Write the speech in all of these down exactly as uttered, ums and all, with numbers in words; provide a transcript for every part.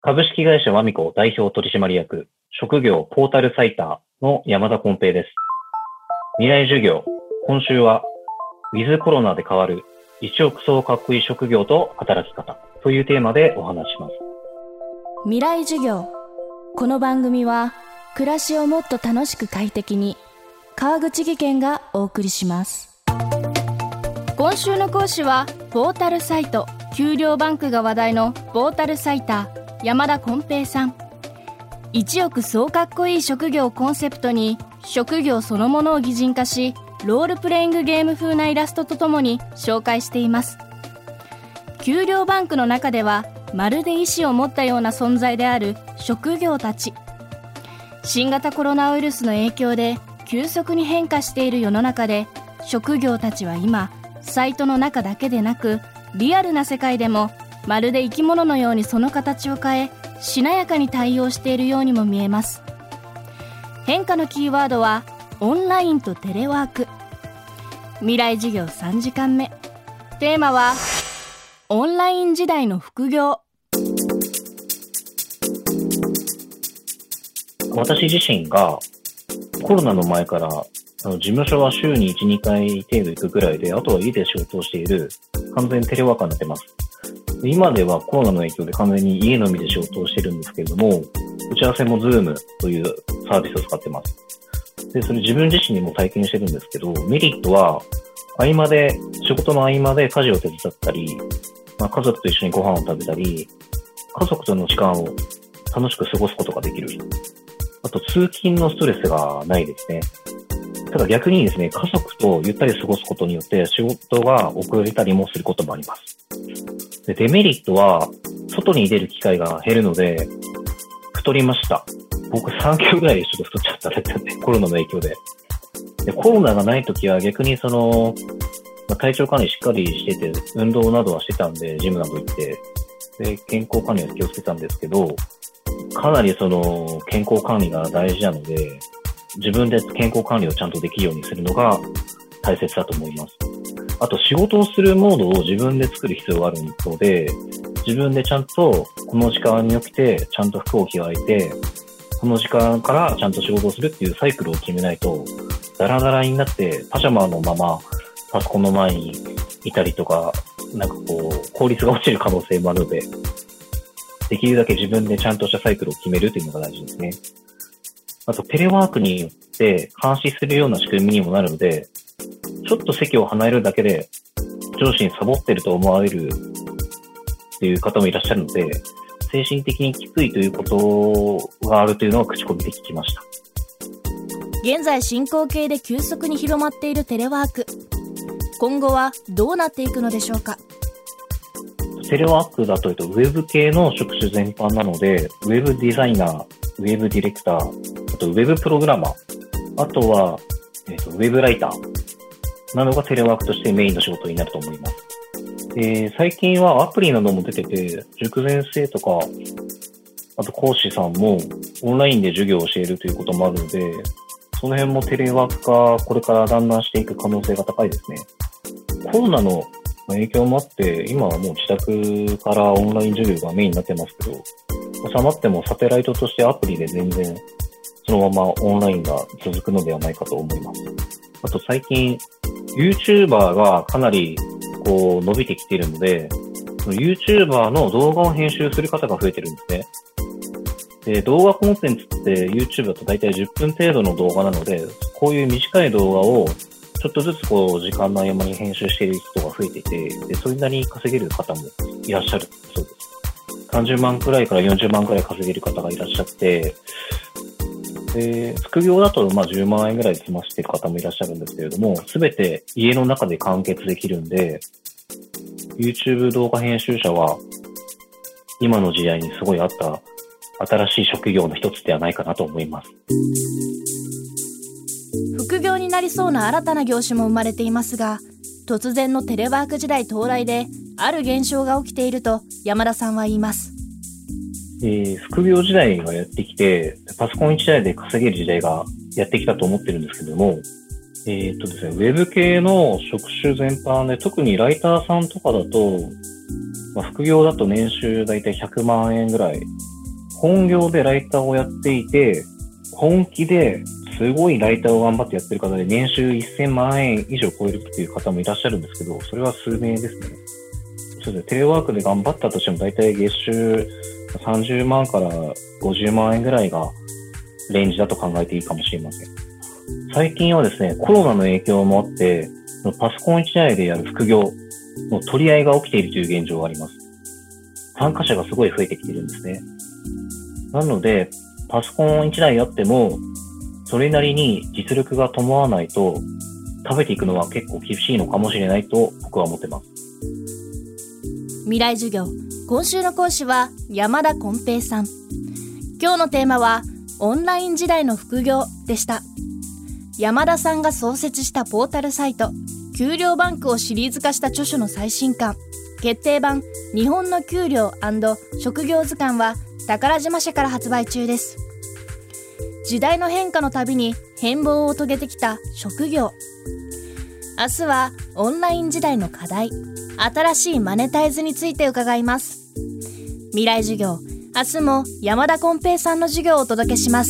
株式会社ワミコ代表取締役、職業ポータルサイターの山田こん平です。未来授業、今週は、ウィズコロナで変わる一億総かっこいい職業と働き方というテーマでお話します。 未来授業。この番組は、暮らしをもっと楽しく快適に、川口義賢がお送りします。今週の講師は、ポータルサイト、給料バンクが話題のポータルサイター、山田こん平さん。一億総かっこいい職業をコンセプトに、職業そのものを擬人化し、ロールプレイングゲーム風なイラストとともに紹介しています。給料バンクの中では、まるで意志を持ったような存在である職業たち。新型コロナウイルスの影響で急速に変化している世の中で、職業たちは今、サイトの中だけでなく、リアルな世界でもまるで生き物のようにその形を変え、しなやかに対応しているようにも見えます。変化のキーワードはオンラインとテレワーク。未来授業さんじかんめ。テーマはオンライン時代の副業。 私自身がコロナの前からあの事務所は週にいち、にかい程度行くくらいで、あとは家で仕事をしている完全テレワーカーになってます。今ではコロナの影響で完全に家のみで仕事をしてるんですけれども、打ち合わせも Zoom というサービスを使ってます。で、それ自分自身にも体験してるんですけど、メリットは合間で、仕事の合間で家事を手伝ったり、まあ、家族と一緒にご飯を食べたり、家族との時間を楽しく過ごすことができる。あと通勤のストレスがないですね。ただ逆にですね、家族とゆったり過ごすことによって仕事が遅れたりもすることもあります。で、デメリットは、外に出る機会が減るので、太りました。僕さんキロぐらいでちょっと太っちゃったんですよね、コロナの影響で。で、コロナがない時は逆にその、まあ、体調管理しっかりしてて、運動などはしてたんで、ジムなど行って、で、健康管理は気をつけたんですけど、かなりその、健康管理が大事なので、自分で健康管理をちゃんとできるようにするのが大切だと思います。あと仕事をするモードを自分で作る必要があるので、自分でちゃんとこの時間に起きて、ちゃんと服を着替えて、この時間からちゃんと仕事をするっていうサイクルを決めないと、ダラダラになってパジャマのままパソコンの前にいたりとか、なんかこう、効率が落ちる可能性もあるので、できるだけ自分でちゃんとしたサイクルを決めるというのが大事ですね。あとテレワークによって監視するような仕組みにもなるので、ちょっと席を離れるだけで上司にサボってると思われるっていう方もいらっしゃるので、精神的にきついということがあるというのは口コミで聞きました。 現在進行形で急速に広まっているテレワーク。今後はどうなっていくのでしょうか。 テレワークだというとウェブ系の職種全般なので、ウェブデザイナー、ウェブディレクター、あとウェブプログラマー、あとは、えーと、ウェブライターなどがテレワークとしてメインの仕事になると思います。で、最近はアプリなども出てて、塾先生とか、あと講師さんもオンラインで授業を教えるということもあるので、その辺もテレワーク化、これからだんだんしていく可能性が高いですね。コロナの影響もあって、今はもう自宅からオンライン授業がメインになってますけど、収まってもサテライトとしてアプリで全然そのままオンラインが続くのではないかと思います。あと最近 YouTuber がかなりこう伸びてきているので、YouTuber の動画を編集する方が増えてるんですね。で、動画コンテンツって YouTube だと大体じゅっぷん程度の動画なので、こういう短い動画をちょっとずつこう時間の合間に編集している人が増えていて、で、それなりに稼げる方もいらっしゃるそうです。さんじゅうまんくらいからよんじゅうまんくらい稼げる方がいらっしゃって、で、副業だとまあじゅうまんえんぐらいで済ましている方もいらっしゃるんですけれども、すべて家の中で完結できるんで、YouTube 動画編集者は今の時代にすごい合った新しい職業の一つではないかなと思います。 副業になりそうな新たな業種も生まれていますが、突然のテレワーク時代到来である現象が起きていると山田さんは言います。 えー、副業時代がやってきて、パソコン一台で稼げる時代がやってきたと思ってるんですけども、えー、っとですね、ウェブ系の職種全般で、特にライターさんとかだと、まあ、副業だと年収だいたいひゃくまんえんぐらい本業でライターをやっていて、本気ですごいライターを頑張ってやってる方で年収せんまんえん以上超えるっていう方もいらっしゃるんですけど、それは数名ですね。そうですね。テレワークで頑張ったとしても大体月収さんじゅうまんからごじゅうまんえんぐらいがレンジだと考えていいかもしれません。最近はですね、コロナの影響もあって、パソコン一台でやる副業の取り合いが起きているという現状があります。参加者がすごい増えてきているんですね。なので、パソコン一台あっても、それなりに実力が伴わないと、食べていくのは結構厳しいのかもしれないと僕は思ってます。 未来授業、今週の講師は山田こん平さん。今日のテーマはオンライン時代の副業でした。山田さんが創設したポータルサイト給料バンクをシリーズ化した著書の最新刊、決定版日本の給料&職業図鑑は宝島社から発売中です。時代の変化のたびに変貌を遂げてきた職業。明日はオンライン時代の課題、新しいマネタイズについて伺います。未来授業、明日も山田こん平さんの授業をお届けします。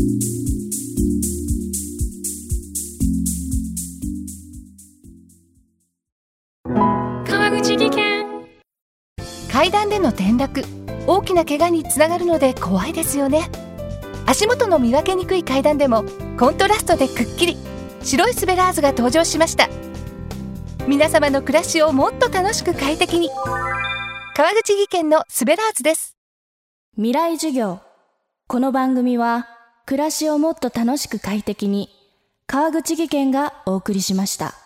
川口技研。階段での転落、大きな怪我につながるので怖いですよね。足元の見分けにくい階段でもコントラストでくっきり白いスベラーズが登場しました。皆様の暮らしをもっと楽しく快適に、川口技研のスベラーズです。 未来授業。この番組は暮らしをもっと楽しく快適に、川口技研がお送りしました。